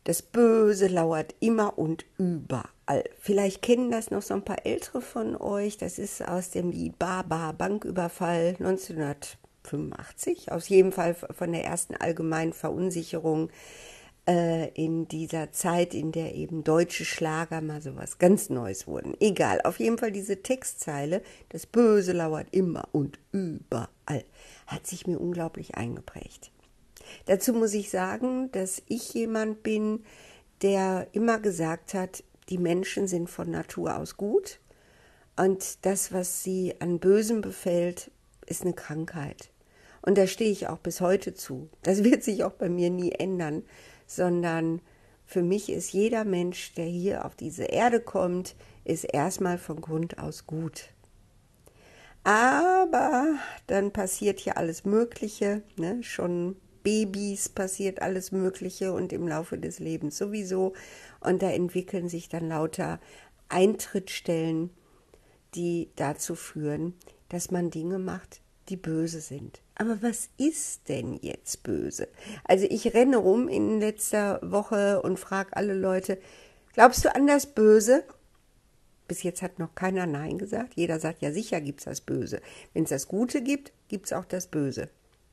Das Böse lauert immer und überall. Vielleicht kennen das noch so ein paar Ältere von euch. Das ist aus dem Lied Baba Banküberfall 1985. Aus jedem Fall von der ersten allgemeinen Verunsicherung in dieser Zeit, in der eben deutsche Schlager mal so was ganz Neues wurden. Egal, auf jeden Fall diese Textzeile, das Böse lauert immer und überall, hat sich mir unglaublich eingeprägt. Dazu muss ich sagen, dass ich jemand bin, der immer gesagt hat, die Menschen sind von Natur aus gut und das, was sie an Bösem befällt, ist eine Krankheit. Und da stehe ich auch bis heute zu. Das wird sich auch bei mir nie ändern, sondern für mich ist jeder Mensch, der hier auf diese Erde kommt, ist erstmal von Grund aus gut. Aber dann passiert hier alles Mögliche, ne? Schon Babys passiert alles Mögliche und im Laufe des Lebens sowieso. Und da entwickeln sich dann lauter Eintrittsstellen, die dazu führen, dass man Dinge macht, die böse sind. Aber was ist denn jetzt böse? Also ich renne rum in letzter Woche und frage alle Leute, glaubst du an das Böse? Bis jetzt hat noch keiner Nein gesagt. Jeder sagt, ja sicher gibt es das Böse. Wenn es das Gute gibt, gibt es auch das Böse.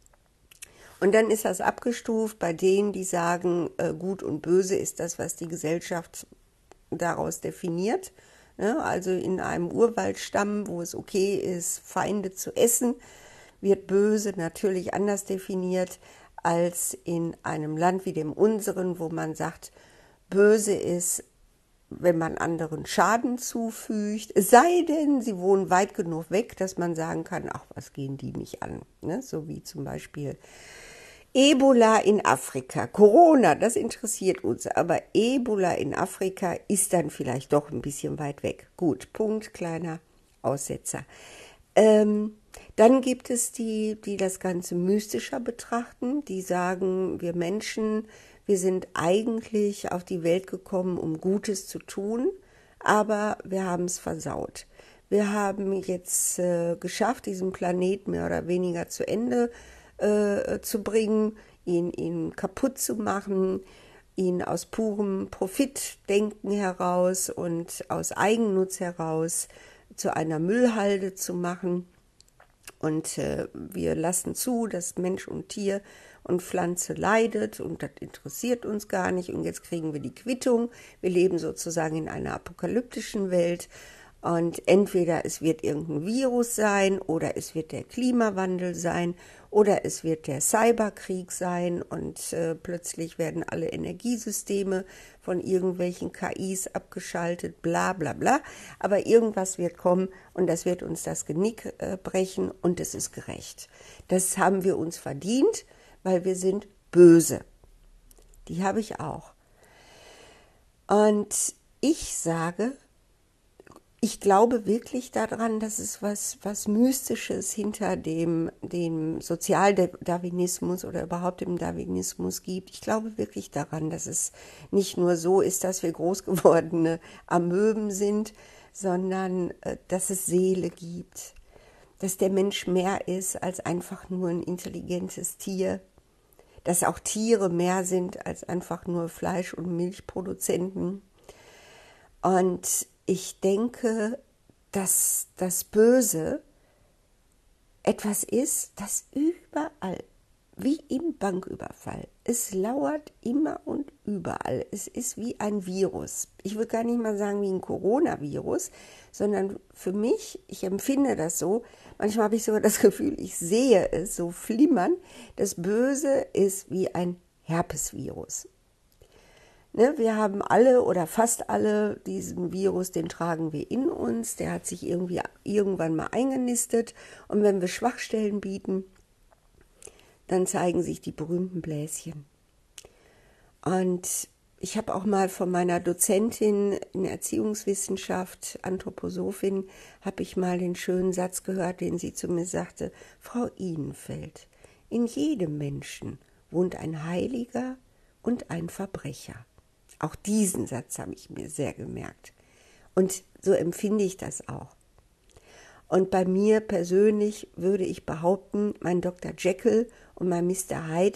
Und dann ist das abgestuft bei denen, die sagen, Gut und Böse ist das, was die Gesellschaft daraus definiert. Ja, also in einem Urwaldstamm, wo es okay ist, Feinde zu essen, wird Böse natürlich anders definiert als in einem Land wie dem unseren, wo man sagt, Böse ist, wenn man anderen Schaden zufügt, es sei denn, sie wohnen weit genug weg, dass man sagen kann, ach, was gehen die mich an? Ne? So wie zum Beispiel Ebola in Afrika. Corona, das interessiert uns, aber Ebola in Afrika ist dann vielleicht doch ein bisschen weit weg. Gut, Punkt, kleiner Aussetzer. Dann gibt es die das Ganze mystischer betrachten, die sagen, wir Menschen, wir sind eigentlich auf die Welt gekommen, um Gutes zu tun, aber wir haben es versaut. Wir haben jetzt geschafft, diesen Planet mehr oder weniger zu Ende zu bringen, ihn kaputt zu machen, ihn aus purem Profitdenken heraus und aus Eigennutz heraus zu einer Müllhalde zu machen. Und wir lassen zu, dass Mensch und Tier und Pflanze leidet und das interessiert uns gar nicht. Und jetzt kriegen wir die Quittung. Wir leben sozusagen in einer apokalyptischen Welt. Und entweder es wird irgendein Virus sein oder es wird der Klimawandel sein oder es wird der Cyberkrieg sein und plötzlich werden alle Energiesysteme von irgendwelchen KIs abgeschaltet, bla bla bla. Aber irgendwas wird kommen und das wird uns das Genick brechen und es ist gerecht. Das haben wir uns verdient, weil wir sind böse. Die habe ich auch. Und ich sage, ich glaube wirklich daran, dass es was Mystisches hinter dem Sozialdarwinismus oder überhaupt dem Darwinismus gibt. Ich glaube wirklich daran, dass es nicht nur so ist, dass wir groß gewordene Amöben sind, sondern dass es Seele gibt, dass der Mensch mehr ist als einfach nur ein intelligentes Tier, dass auch Tiere mehr sind als einfach nur Fleisch- und Milchproduzenten. Und ich denke, dass das Böse etwas ist, das überall, wie im Banküberfall, es lauert immer und überall. Es ist wie ein Virus. Ich würde gar nicht mal sagen wie ein Coronavirus, sondern für mich, ich empfinde das so, manchmal habe ich sogar das Gefühl, ich sehe es so flimmern. Das Böse ist wie ein Herpesvirus. Ne, wir haben alle oder fast alle diesen Virus, den tragen wir in uns, der hat sich irgendwann mal eingenistet und wenn wir Schwachstellen bieten, dann zeigen sich die berühmten Bläschen. Und ich habe auch mal von meiner Dozentin in Erziehungswissenschaft, Anthroposophin, habe ich mal den schönen Satz gehört, den sie zu mir sagte, Frau Ihnenfeld, in jedem Menschen wohnt ein Heiliger und ein Verbrecher. Auch diesen Satz habe ich mir sehr gemerkt. Und so empfinde ich das auch. Und bei mir persönlich würde ich behaupten, mein Dr. Jekyll und mein Mr. Hyde,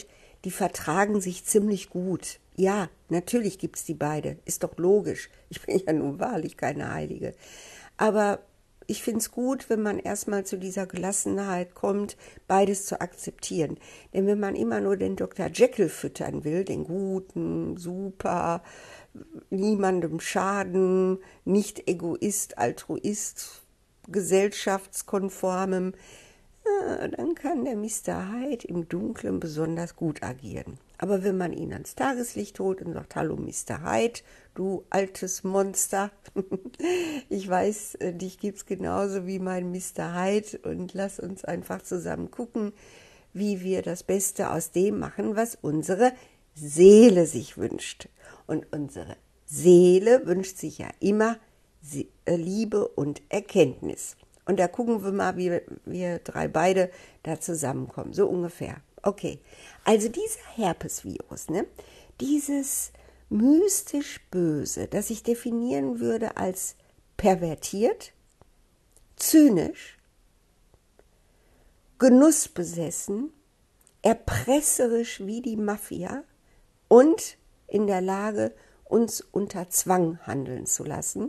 die vertragen sich ziemlich gut. Ja, natürlich gibt es die beide, ist doch logisch. Ich bin ja nun wahrlich keine Heilige. Aber ich finde es gut, wenn man erstmal zu dieser Gelassenheit kommt, beides zu akzeptieren. Denn wenn man immer nur den Dr. Jekyll füttern will, den Guten, super, niemandem Schaden, nicht Egoist, Altruist, gesellschaftskonformem, dann kann der Mr. Hyde im Dunkeln besonders gut agieren. Aber wenn man ihn ans Tageslicht holt und sagt, hallo Mr. Hyde, du altes Monster, ich weiß, dich gibt's genauso wie mein Mr. Hyde und lass uns einfach zusammen gucken, wie wir das Beste aus dem machen, was unsere Seele sich wünscht. Und unsere Seele wünscht sich ja immer Liebe und Erkenntnis. Und da gucken wir mal, wie wir drei beide da zusammenkommen, so ungefähr. Okay, also dieser Herpesvirus, ne, dieses mystisch Böse, das ich definieren würde als pervertiert, zynisch, genussbesessen, erpresserisch wie die Mafia und in der Lage, uns unter Zwang handeln zu lassen.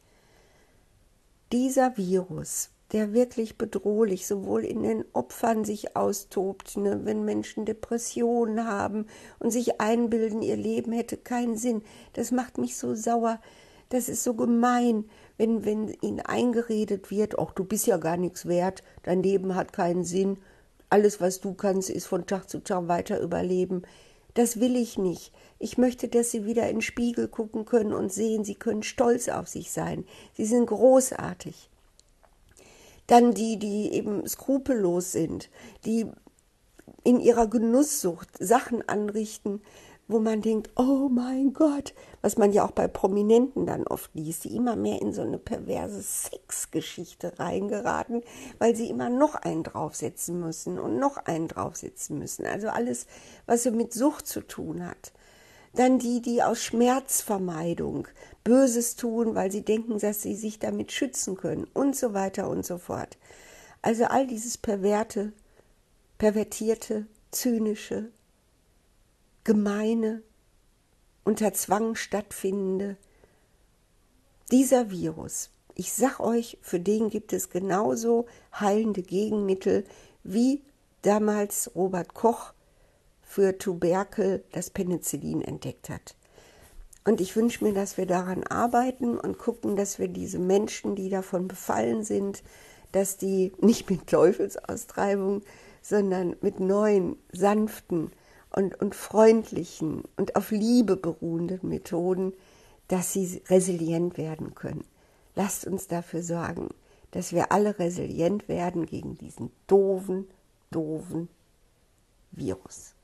Dieser Virus, der wirklich bedrohlich sowohl in den Opfern sich austobt, ne, wenn Menschen Depressionen haben und sich einbilden, ihr Leben hätte keinen Sinn, das macht mich so sauer, das ist so gemein, wenn ihnen eingeredet wird, ach, du bist ja gar nichts wert, dein Leben hat keinen Sinn, alles, was du kannst, ist von Tag zu Tag weiter überleben. Das will ich nicht. Ich möchte, dass sie wieder in den Spiegel gucken können und sehen, sie können stolz auf sich sein. Sie sind großartig. Dann die eben skrupellos sind, die in ihrer Genusssucht Sachen anrichten, wo man denkt, oh mein Gott, was man ja auch bei Prominenten dann oft liest, die immer mehr in so eine perverse Sexgeschichte reingeraten, weil sie immer noch einen draufsetzen müssen und noch einen draufsetzen müssen. Also alles, was so mit Sucht zu tun hat. Dann die aus Schmerzvermeidung Böses tun, weil sie denken, dass sie sich damit schützen können und so weiter und so fort. Also all dieses pervertierte, zynische, gemeine, unter Zwang stattfindende, dieser Virus, ich sag euch, für den gibt es genauso heilende Gegenmittel, wie damals Robert Koch für Tuberkel das Penicillin entdeckt hat. Und ich wünsche mir, dass wir daran arbeiten und gucken, dass wir diese Menschen, die davon befallen sind, dass die nicht mit Teufelsaustreibung, sondern mit neuen, sanften und freundlichen und auf Liebe beruhenden Methoden, dass sie resilient werden können. Lasst uns dafür sorgen, dass wir alle resilient werden gegen diesen doofen Virus.